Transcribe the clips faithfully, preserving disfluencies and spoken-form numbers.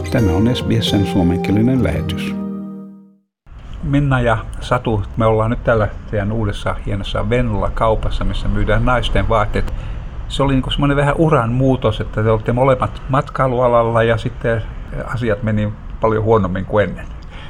Tämä on S B S:n suomenkielinen lähetys. Minna ja Satu, me ollaan nyt täällä teidän uudessa hienossa Venla-kaupassa, missä myydään naisten vaatteet. Se oli niin semmoinen vähän uran muutos, että te olette molemmat matkailualalla ja sitten asiat meni paljon huonommin kuin ennen.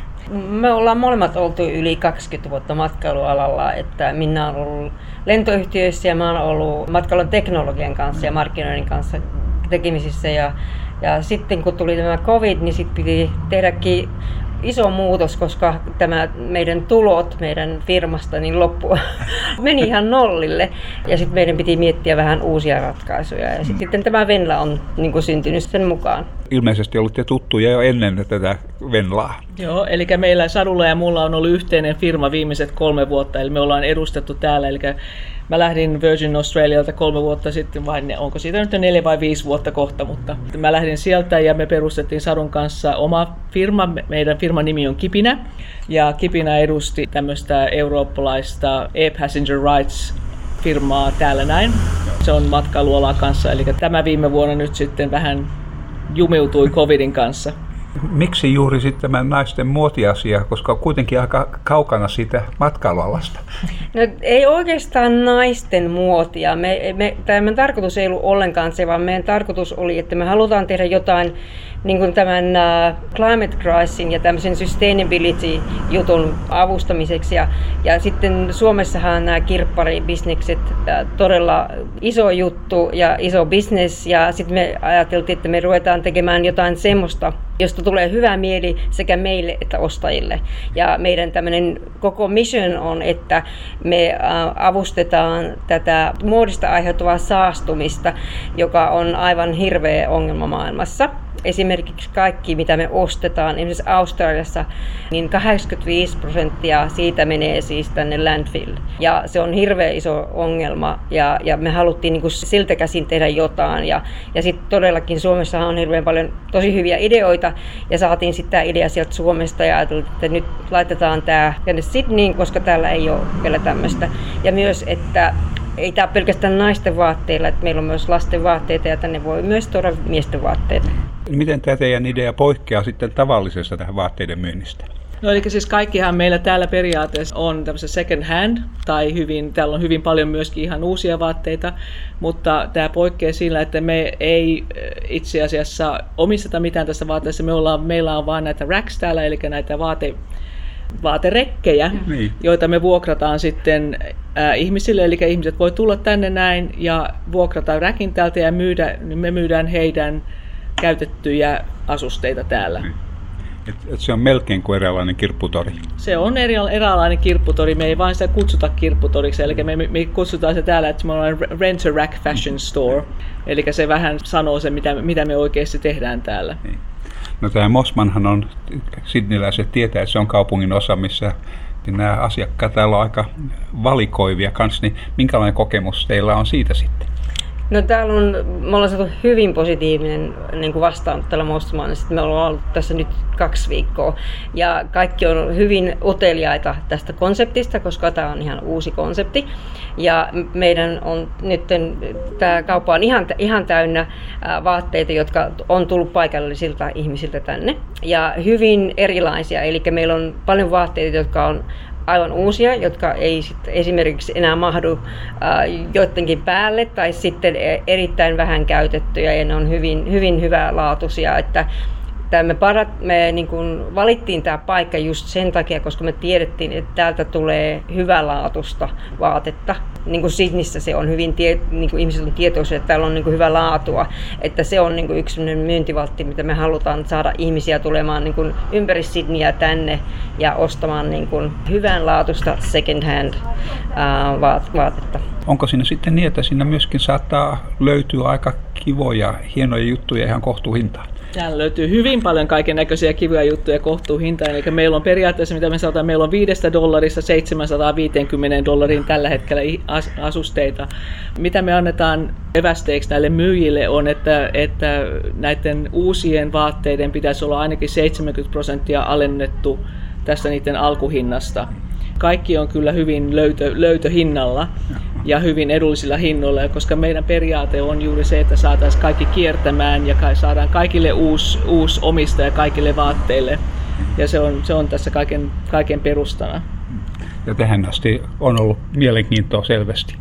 Me ollaan molemmat oltu yli kaksikymmentä vuotta matkailualalla, että Minna on ollut lentoyhtiöissä ja mä oon ollut matkailun teknologian kanssa ja markkinoinnin kanssa tekemisissä. Ja, ja sitten kun tuli tämä COVID, niin sitten piti tehdäkin iso muutos, koska tämä meidän tulot meidän firmasta niin loppu meni ihan nollille. Ja sitten meidän piti miettiä vähän uusia ratkaisuja. Ja sitten mm. tämä Venla on niin kuin syntynyt sen mukaan. Ilmeisesti olitte tuttuja jo ennen tätä Venlaa. Joo, eli meillä Sadulla ja mulla on ollut yhteinen firma viimeiset kolme vuotta, eli me ollaan edustettu täällä. Eli mä lähdin Virgin Australialta kolme vuotta sitten, vai onko siitä nyt neljä vai viisi vuotta kohta, mutta mä lähdin sieltä ja me perustettiin Sadun kanssa oma firma. Meidän firman nimi on Kipinä, ja Kipinä edusti tämmöistä eurooppalaista e-passenger rights firmaa täällä näin. Se on matkailuala kanssa, eli tämä viime vuonna nyt sitten vähän jumiutui covidin kanssa. Miksi juuri sitten tämä naisten muotiasia, koska on kuitenkin aika kaukana siitä matkailualasta? No, ei oikeastaan naisten muotia. Me, me, tämän tarkoitus ei ollut ollenkaan se, vaan meidän tarkoitus oli, että me halutaan tehdä jotain niin kuin tämän uh, climate crisin ja tämmöisen sustainability-jutun avustamiseksi. Ja, ja sitten Suomessahan nämä kirpparibisnekset uh, todella iso juttu ja iso business. Ja sitten me ajateltiin, että me ruvetaan tekemään jotain semmoista, josta tulee hyvä mieli sekä meille että ostajille. Ja meidän tämmöinen koko mission on, että me uh, avustetaan tätä muodista aiheutuvaa saastumista, joka on aivan hirveä ongelma maailmassa. Esimerkiksi kaikki, mitä me ostetaan, esimerkiksi Australiassa, niin kahdeksankymmentäviisi prosenttia siitä menee siis tänne landfill. Ja se on hirveän iso ongelma ja, ja me haluttiin niin kuin siltä käsin tehdä jotain. Ja, ja sitten todellakin Suomessa on hirveän paljon tosi hyviä ideoita ja saatiin sitten tämä idea sieltä Suomesta ja ajateltiin, että nyt laitetaan tämä tänne Sydneyin, koska täällä ei ole vielä tämmöistä. Ja myös, että ei tämä pelkästään naisten vaatteilla, että meillä on myös lasten vaatteita ja tänne voi myös tuoda miesten vaatteita. Miten tämä teidän idea poikkeaa sitten tavallisesta tähän vaatteiden myynnistä? No eli siis kaikkihan meillä täällä periaatteessa on tämmöisen second hand, tai hyvin, täällä on hyvin paljon myöskin ihan uusia vaatteita, mutta tämä poikkeaa sillä, että me ei itse asiassa omisteta mitään tässä vaatteessa. Me ollaan, meillä on vain näitä racks täällä, eli näitä vaate vaaterekkejä, niin, joita me vuokrataan sitten äh, ihmisille, eli ihmiset voi tulla tänne näin ja vuokrata räkin täältä ja myydä, niin me myydään heidän käytettyjä asusteita täällä. Niin. Et, et se on melkein kuin eräänlainen kirpputori. Se on eri, eräänlainen kirpputori, me ei vain sitä kutsuta kirpputoriksi, eli me, me kutsutaan se täällä, että me ollaan Rent a Rack Fashion Store, eli se vähän sanoo se, mitä, mitä me oikeasti tehdään täällä. Niin. No tämä Mossmanhan on, sydneyläiset tietää, että se on kaupungin osa, missä nämä asiakkaat täällä on aika valikoivia kanssa, niin minkälainen kokemus teillä on siitä sitten? No täällä on, me ollaan saatu hyvin positiivinen niin kuin vastaanotto täällä Mossmanissa. Me ollaan ollut tässä nyt kaksi viikkoa ja kaikki on hyvin uteliaita tästä konseptista, koska tämä on ihan uusi konsepti. Ja meidän on nyt, tämä kauppa on ihan, ihan täynnä vaatteita, jotka on tullut paikallisilta ihmisiltä tänne. Ja hyvin erilaisia, eli meillä on paljon vaatteita, jotka on aivan uusia, jotka ei sit esimerkiksi enää mahdu äh, joidenkin päälle tai sitten erittäin vähän käytettyjä ja ne on hyvin, hyvin hyvälaatuisia. Että me, parat, me niin kun valittiin tämä paikka just sen takia, koska me tiedettiin, että täältä tulee hyvälaatuista vaatetta. Niin kuin Sydneyssä se on hyvin, tie, niin kuin ihmiset on tietoisia, että täällä on niin kuin hyvä laatua. Että se on niin kuin yksi myyntivaltti, mitä me halutaan saada ihmisiä tulemaan niin kuin ympäri Sydneyä tänne ja ostamaan niin kuin hyvänlaatuista second hand ää, vaatetta. Onko siinä sitten niin, että siinä myöskin saattaa löytyä aika kivoja, hienoja juttuja ihan kohtuuhintaan? Täällä löytyy hyvin paljon kaiken näköisiä kivoja juttuja kohtuuhintaan. Eli meillä on periaatteessa, mitä me sanotaan, meillä on viidestä dollarista seitsemänsataaviisikymmentä dollariin tällä hetkellä asusteita. Mitä me annetaan evästeeksi näille myyjille on, että, että näiden uusien vaatteiden pitäisi olla ainakin seitsemänkymmentä prosenttia alennettu tästä niiden alkuhinnasta. kaikki on kyllä hyvin löytö, löytöhinnalla ja hyvin edullisilla hinnoilla, koska meidän periaate on juuri se, että saataisiin kaikki kiertämään ja saadaan kaikille uusi, uusi omistaja kaikille vaatteille. Ja se on, se on tässä kaiken, kaiken perustana. Ja tähän asti on ollut mielenkiintoa selvästi.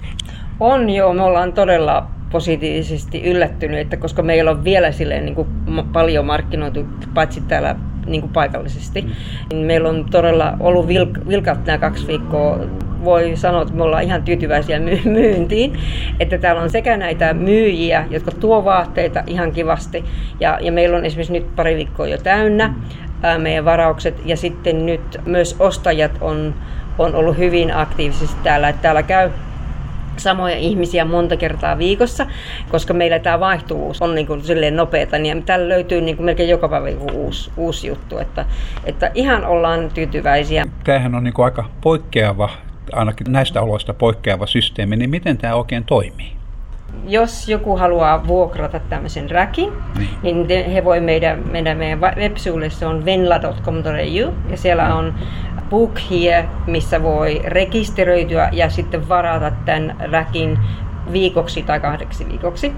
On joo, me ollaan todella positiivisesti yllättynyt, että koska meillä on vielä silleen niin kuin paljon markkinoitu, paitsi täällä niin kuin paikallisesti, niin meillä on todella ollut vilk- vilkat nämä kaksi viikkoa. Voi sanoa, että me ollaan ihan tyytyväisiä my- myyntiin, että täällä on sekä näitä myyjiä, jotka tuo vaatteita ihan kivasti, ja, ja meillä on esimerkiksi nyt pari viikkoa jo täynnä ää, meidän varaukset, ja sitten nyt myös ostajat on, on ollut hyvin aktiivisesti täällä, että täällä käy samoja ihmisiä monta kertaa viikossa, koska meillä tämä vaihtuvuus on niin kuin silleen nopeata, niin täällä löytyy niin kuin melkein joka päivä uusi, uusi juttu, että, että ihan ollaan tyytyväisiä. Tämähän on niin kuin aika poikkeava, ainakin näistä oloista poikkeava systeemi, niin miten tämä oikein toimii? Jos joku haluaa vuokrata tämmöisen räkin, niin, niin he voi meidän, meidän, meidän web-sivuille, se on venla piste com piste e u, ja siellä on Book Here, missä voi rekisteröityä ja sitten varata tämän räkin viikoksi tai kahdeksi viikoksi.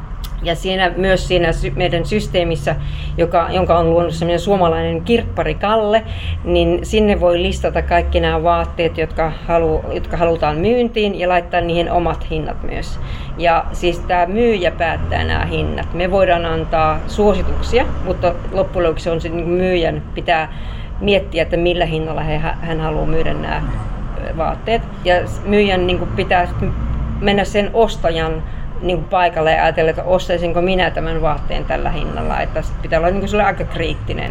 Ja siinä, myös siinä meidän systeemissä, joka, jonka on luonut semmoinen suomalainen kirppari Kalle, niin sinne voi listata kaikki nämä vaatteet, jotka, halu, jotka halutaan myyntiin ja laittaa niihin omat hinnat myös. Ja siis tämä myyjä päättää nämä hinnat. Me voidaan antaa suosituksia, mutta loppujen lopuksi on se niin myyjän pitää miettiä, että millä hinnalla he, hän haluaa myydä nämä vaatteet. Ja myyjän niin kuin pitää mennä sen ostajan niin kuin paikalle ja ajatella, että ostaisinko minä tämän vaatteen tällä hinnalla. Että pitää olla niin kuin aika kriittinen.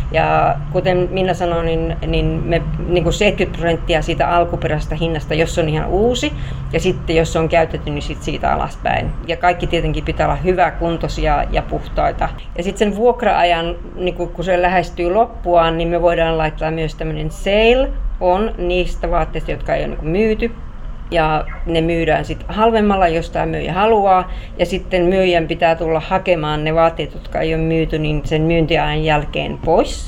Ja kuten Minna sanoi, niin, niin, me, niin kuin seitsemänkymmentä prosenttia siitä alkuperäisestä hinnasta, jos se on ihan uusi, ja sitten jos se on käytetty, niin sit siitä alaspäin. Ja kaikki tietenkin pitää olla hyväkuntoisia ja puhtaita. Ja sitten sen vuokra-ajan, niin kun se lähestyy loppuaan, niin me voidaan laittaa myös tämmöinen sale on niistä vaatteista, jotka ei ole niin kuin myyty. Ja ne myydään sitten halvemmalla, jos tämä myyjä haluaa. Ja sitten myyjän pitää tulla hakemaan ne vaatteet, jotka ei ole myyty, niin sen myyntiajan jälkeen pois.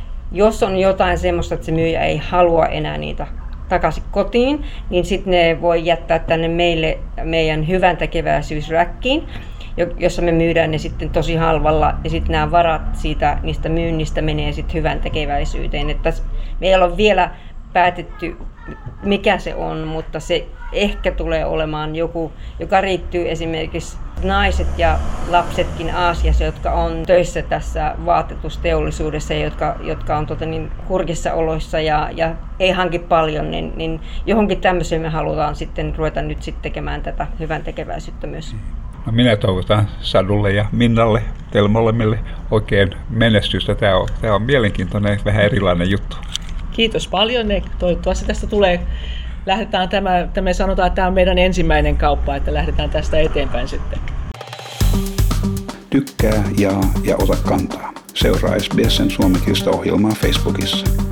Jos on jotain semmoista, että se myyjä ei halua enää niitä takaisin kotiin, niin sitten ne voi jättää tänne meille meidän hyväntekeväisyysräkkiin, jossa me myydään ne sitten tosi halvalla. Ja sitten nämä varat siitä, niistä myynnistä menee sitten hyväntekeväisyyteen. Että meillä on vielä päätetty, mikä se on, mutta se ehkä tulee olemaan joku, joka riittyy esimerkiksi naiset ja lapsetkin Aasiassa, jotka on töissä tässä vaatetusteollisuudessa, jotka, jotka on tota niin, kurkissa oloissa ja, ja ei hanki paljon, niin, niin johonkin tämmöiseen me halutaan sitten ruveta nyt sitten tekemään tätä hyvän tekeväisyyttä myös. No minä toivotan Sadulle ja Minnalle, teille molemmille oikein menestystä. Tämä on, tämä on mielenkiintoinen, vähän erilainen juttu. Kiitos paljon. Toivottavasti tästä tulee, lähdetään tämä, me sanotaan, että tämä on meidän ensimmäinen kauppa, että lähdetään tästä eteenpäin sitten. Tykkää, jaa ja ota kantaa. Seuraa S B S:n suomenkielistä ohjelmaa Facebookissa.